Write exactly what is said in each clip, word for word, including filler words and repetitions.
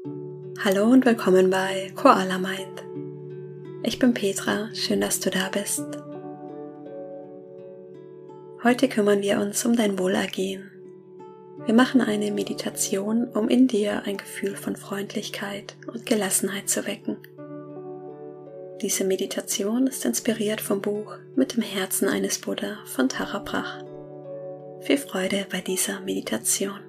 Hallo und willkommen bei Koala Mind. Ich bin Petra, schön, dass du da bist. Heute kümmern wir uns um dein Wohlergehen. Wir machen eine Meditation, um in dir ein Gefühl von Freundlichkeit und Gelassenheit zu wecken. Diese Meditation ist inspiriert vom Buch Mit dem Herzen eines Buddha von Tara Brach. Viel Freude bei dieser Meditation.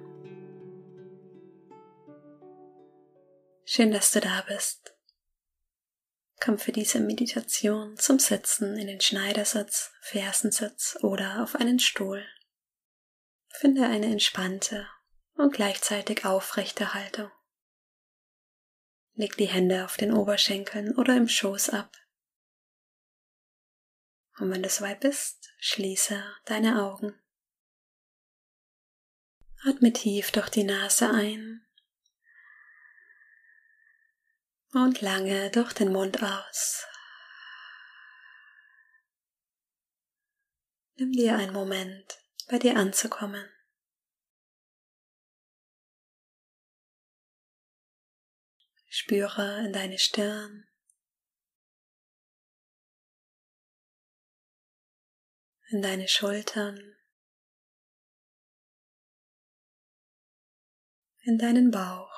Schön, dass du da bist. Komm für diese Meditation zum Sitzen in den Schneidersitz, Fersensitz oder auf einen Stuhl. Finde eine entspannte und gleichzeitig aufrechte Haltung. Leg die Hände auf den Oberschenkeln oder im Schoß ab. Und wenn du soweit bist, schließe deine Augen. Atme tief durch die Nase ein und lange durch den Mund aus. Nimm dir einen Moment, bei dir anzukommen. Spüre in deine Stirn, in deine Schultern, in deinen Bauch.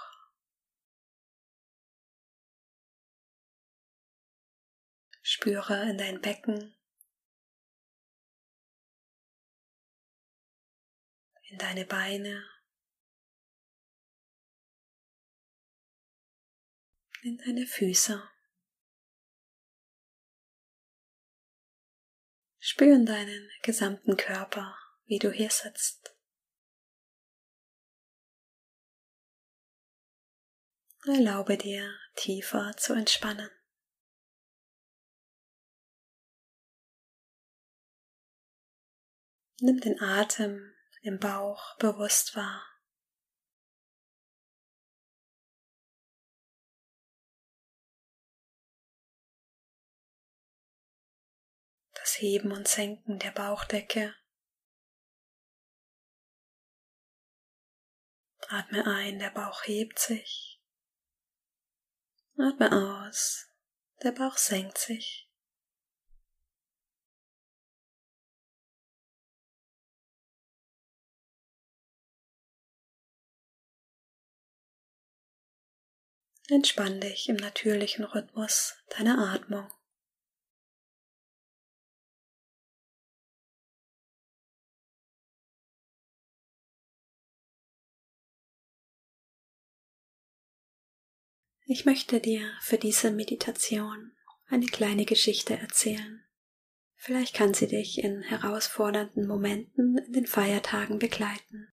Spüre in dein Becken, in deine Beine, in deine Füße. Spür in deinen gesamten Körper, wie du hier sitzt. Erlaube dir, tiefer zu entspannen. Nimm den Atem im Bauch bewusst wahr. Das Heben und Senken der Bauchdecke. Atme ein, der Bauch hebt sich. Atme aus, der Bauch senkt sich. Entspann dich im natürlichen Rhythmus deiner Atmung. Ich möchte dir für diese Meditation eine kleine Geschichte erzählen. Vielleicht kann sie dich in herausfordernden Momenten in den Feiertagen begleiten.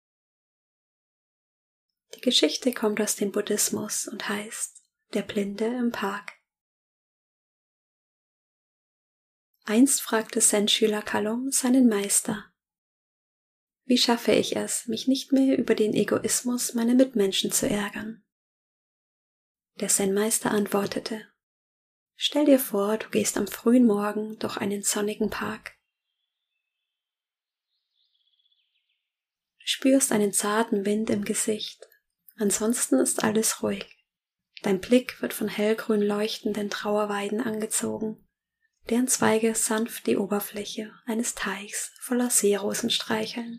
Die Geschichte kommt aus dem Buddhismus und heißt Der Blinde im Park. Einst fragte Zen-Schüler Kallum seinen Meister: Wie schaffe ich es, mich nicht mehr über den Egoismus meiner Mitmenschen zu ärgern? Der Zen-Meister antwortete: Stell dir vor, du gehst am frühen Morgen durch einen sonnigen Park. Du spürst einen zarten Wind im Gesicht, ansonsten ist alles ruhig. Dein Blick wird von hellgrün leuchtenden Trauerweiden angezogen, deren Zweige sanft die Oberfläche eines Teichs voller Seerosen streicheln.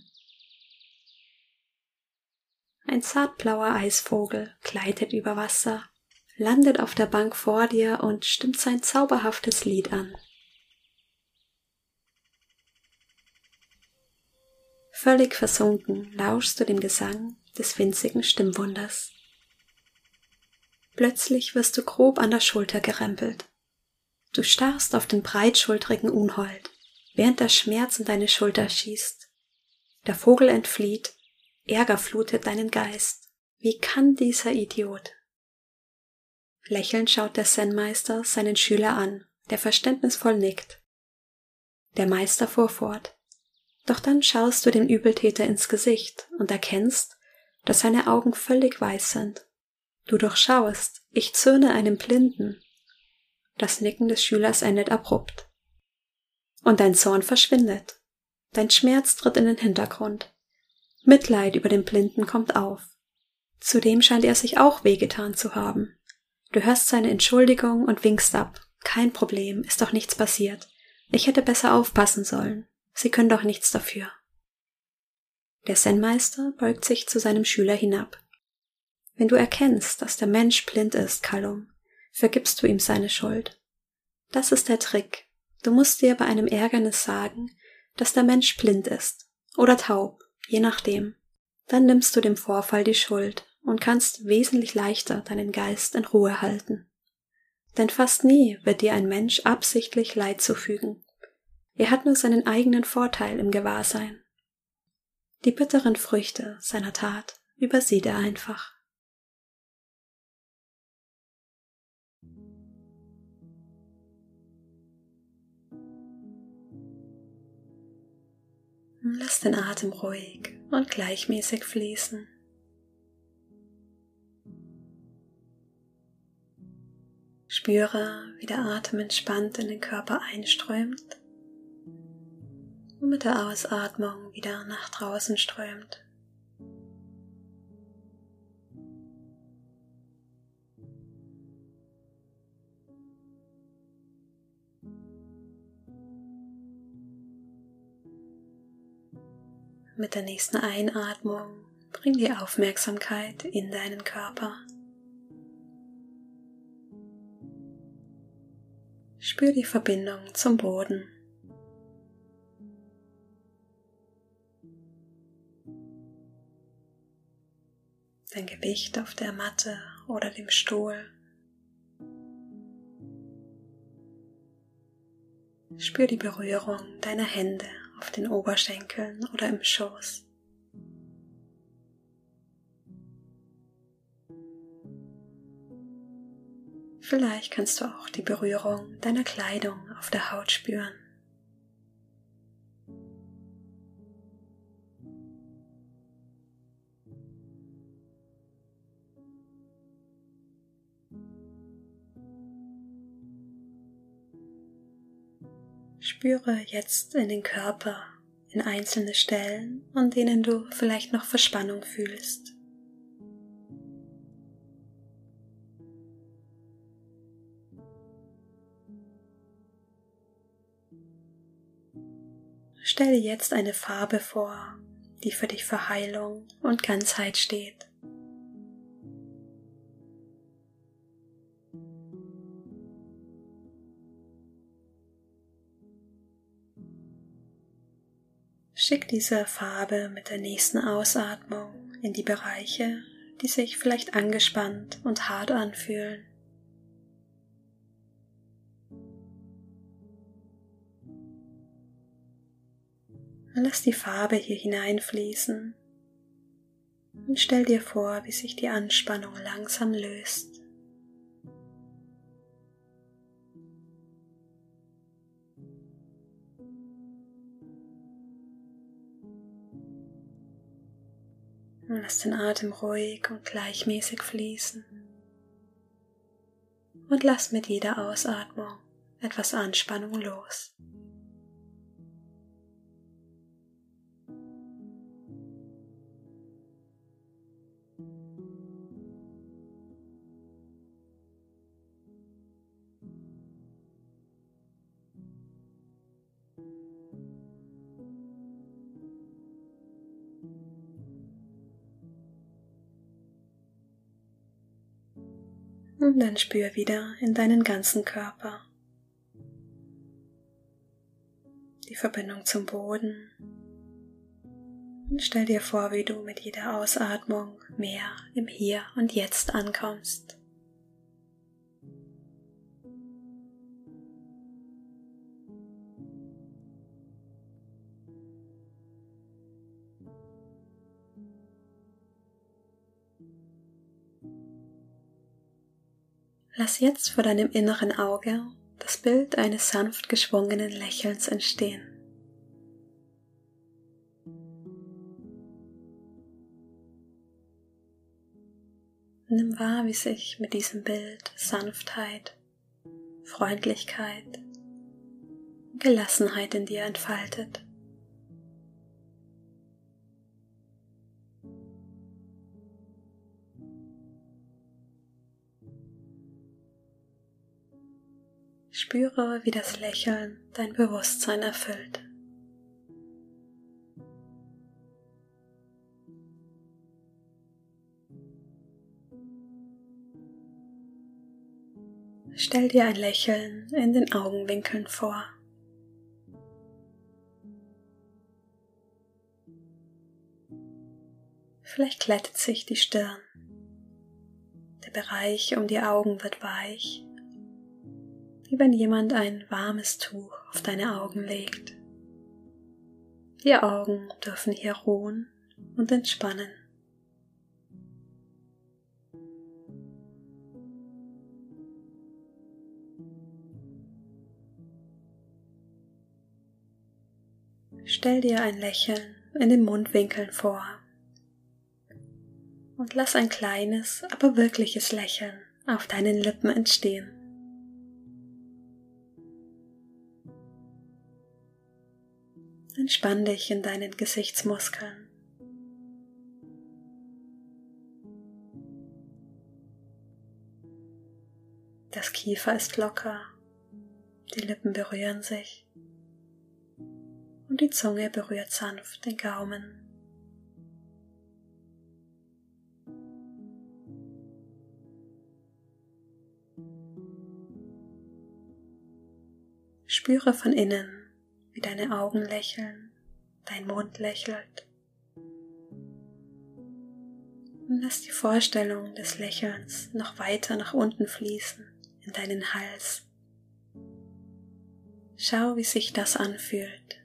Ein zartblauer Eisvogel gleitet über Wasser, landet auf der Bank vor dir und stimmt sein zauberhaftes Lied an. Völlig versunken lauschst du dem Gesang des winzigen Stimmwunders. Plötzlich wirst du grob an der Schulter gerempelt. Du starrst auf den breitschultrigen Unhold, während der Schmerz in deine Schulter schießt. Der Vogel entflieht, Ärger flutet deinen Geist. Wie kann dieser Idiot? Lächelnd schaut der Zen-Meister seinen Schüler an, der verständnisvoll nickt. Der Meister fuhr fort: Doch dann schaust du dem Übeltäter ins Gesicht und erkennst, dass seine Augen völlig weiß sind. Du durchschaust: Ich zürne einem Blinden. Das Nicken des Schülers endet abrupt. Und dein Zorn verschwindet. Dein Schmerz tritt in den Hintergrund. Mitleid über den Blinden kommt auf. Zudem scheint er sich auch wehgetan zu haben. Du hörst seine Entschuldigung und winkst ab. Kein Problem, ist doch nichts passiert. Ich hätte besser aufpassen sollen. Sie können doch nichts dafür. Der Zen-Meister beugt sich zu seinem Schüler hinab. Wenn du erkennst, dass der Mensch blind ist, Kallum, vergibst du ihm seine Schuld. Das ist der Trick. Du musst dir bei einem Ärgernis sagen, dass der Mensch blind ist oder taub, je nachdem. Dann nimmst du dem Vorfall die Schuld und kannst wesentlich leichter deinen Geist in Ruhe halten. Denn fast nie wird dir ein Mensch absichtlich Leid zufügen. Er hat nur seinen eigenen Vorteil im Gewahrsein. Die bitteren Früchte seiner Tat übersieht er einfach. Lass den Atem ruhig und gleichmäßig fließen. Spüre, wie der Atem entspannt in den Körper einströmt und mit der Ausatmung wieder nach draußen strömt. Mit der nächsten Einatmung bring die Aufmerksamkeit in deinen Körper. Spür die Verbindung zum Boden. Dein Gewicht auf der Matte oder dem Stuhl. Spür die Berührung deiner Hände auf den Oberschenkeln oder im Schoß. Vielleicht kannst du auch die Berührung deiner Kleidung auf der Haut spüren. Spüre jetzt in den Körper, in einzelne Stellen, an denen du vielleicht noch Verspannung fühlst. Stell dir jetzt eine Farbe vor, die für dich für Heilung und Ganzheit steht. Schick diese Farbe mit der nächsten Ausatmung in die Bereiche, die sich vielleicht angespannt und hart anfühlen. Lass die Farbe hier hineinfließen und stell dir vor, wie sich die Anspannung langsam löst. Und lass den Atem ruhig und gleichmäßig fließen. Und lass mit jeder Ausatmung etwas Anspannung los. Und dann spür wieder in deinen ganzen Körper die Verbindung zum Boden und stell dir vor, wie du mit jeder Ausatmung mehr im Hier und Jetzt ankommst. Lass jetzt vor deinem inneren Auge das Bild eines sanft geschwungenen Lächelns entstehen. Nimm wahr, wie sich mit diesem Bild Sanftheit, Freundlichkeit und Gelassenheit in dir entfaltet. Spüre, wie das Lächeln dein Bewusstsein erfüllt. Stell dir ein Lächeln in den Augenwinkeln vor. Vielleicht glättet sich die Stirn. Der Bereich um die Augen wird weich, wie wenn jemand ein warmes Tuch auf deine Augen legt. Die Augen dürfen hier ruhen und entspannen. Stell dir ein Lächeln in den Mundwinkeln vor und lass ein kleines, aber wirkliches Lächeln auf deinen Lippen entstehen. Entspann dich in deinen Gesichtsmuskeln. Das Kiefer ist locker, die Lippen berühren sich und die Zunge berührt sanft den Gaumen. Spüre von innen, wie deine Augen lächeln, dein Mund lächelt. Und lass die Vorstellung des Lächelns noch weiter nach unten fließen in deinen Hals. Schau, wie sich das anfühlt.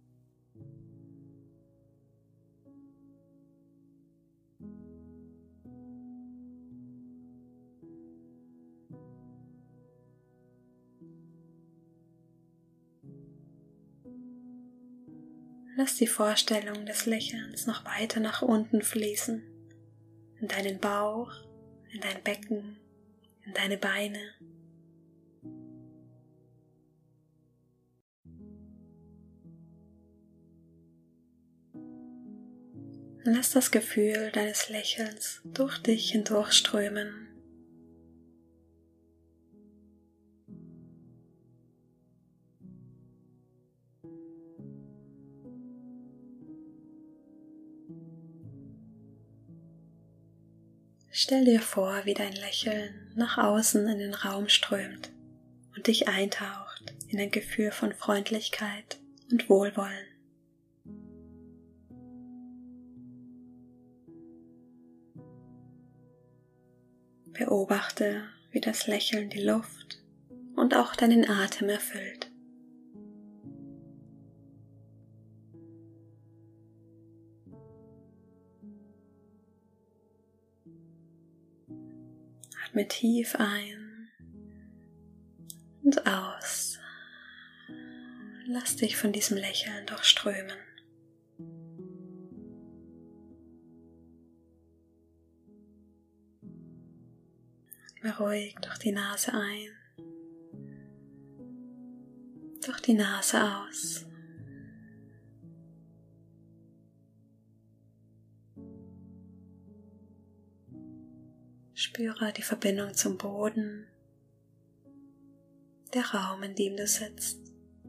Lass die Vorstellung des Lächelns noch weiter nach unten fließen, in deinen Bauch, in dein Becken, in deine Beine. Lass das Gefühl deines Lächelns durch dich hindurchströmen. Stell dir vor, wie dein Lächeln nach außen in den Raum strömt und dich eintaucht in ein Gefühl von Freundlichkeit und Wohlwollen. Beobachte, wie das Lächeln die Luft und auch deinen Atem erfüllt. Atme tief ein und aus. Lass dich von diesem Lächeln durchströmen. Atme ruhig durch die Nase ein, durch die Nase aus. Spüre die Verbindung zum Boden, der Raum, in dem du sitzt.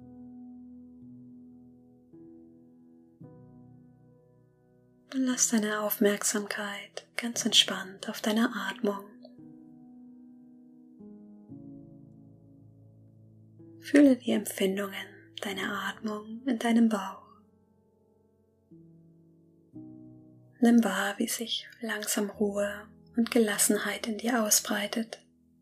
Und lass deine Aufmerksamkeit ganz entspannt auf deine Atmung. Fühle die Empfindungen deiner Atmung in deinem Bauch. Nimm wahr, wie sich langsam Ruhe und Gelassenheit in dir ausbreitet.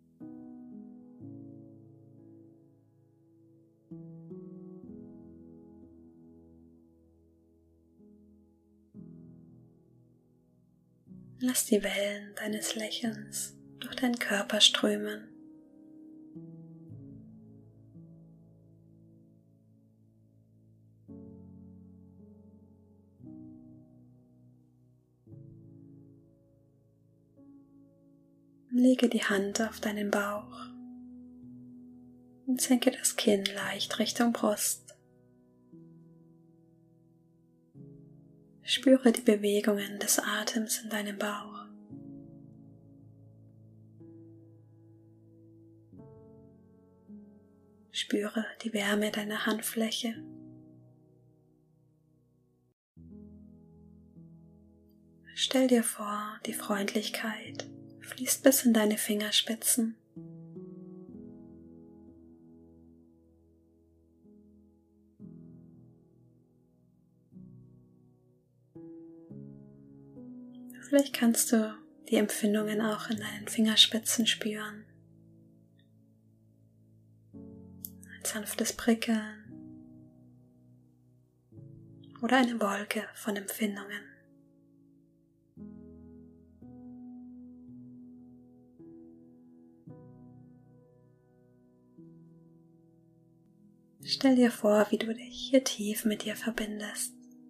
Lass die Wellen deines Lächelns durch deinen Körper strömen. Lege die Hand auf deinen Bauch und senke das Kinn leicht Richtung Brust. Spüre die Bewegungen des Atems in deinem Bauch. Spüre die Wärme deiner Handfläche. Stell dir vor, die Freundlichkeit fließt bis in deine Fingerspitzen. Vielleicht kannst du die Empfindungen auch in deinen Fingerspitzen spüren. Ein sanftes Prickeln oder eine Wolke von Empfindungen. Stell dir vor, wie du dich hier tief mit dir verbindest.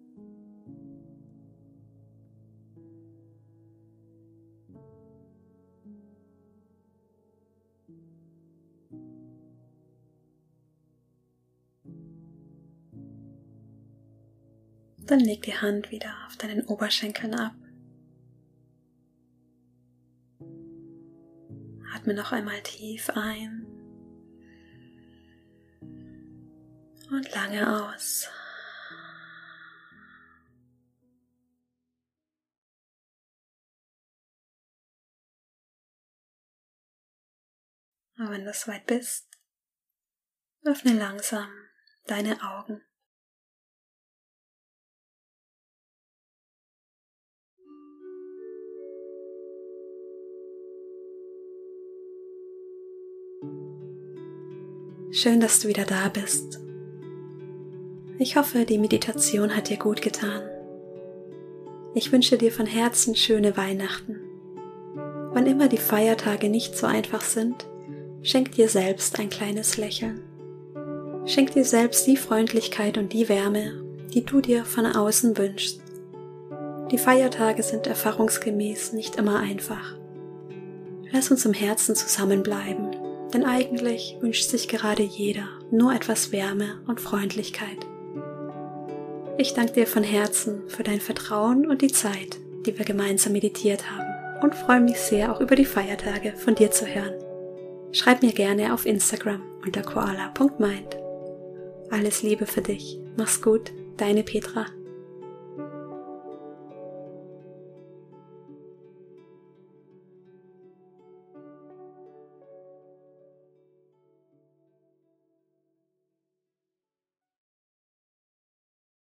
Dann leg die Hand wieder auf deinen Oberschenkeln ab. Atme noch einmal tief ein und lange aus. Und wenn du soweit bist, öffne langsam deine Augen. Schön, dass du wieder da bist. Ich hoffe, die Meditation hat dir gut getan. Ich wünsche dir von Herzen schöne Weihnachten. Wann immer die Feiertage nicht so einfach sind, schenk dir selbst ein kleines Lächeln. Schenk dir selbst die Freundlichkeit und die Wärme, die du dir von außen wünschst. Die Feiertage sind erfahrungsgemäß nicht immer einfach. Lass uns im Herzen zusammenbleiben, denn eigentlich wünscht sich gerade jeder nur etwas Wärme und Freundlichkeit. Ich danke dir von Herzen für dein Vertrauen und die Zeit, die wir gemeinsam meditiert haben und freue mich sehr, auch über die Feiertage von dir zu hören. Schreib mir gerne auf Instagram unter koala punkt mind. Alles Liebe für dich. Mach's gut, deine Petra.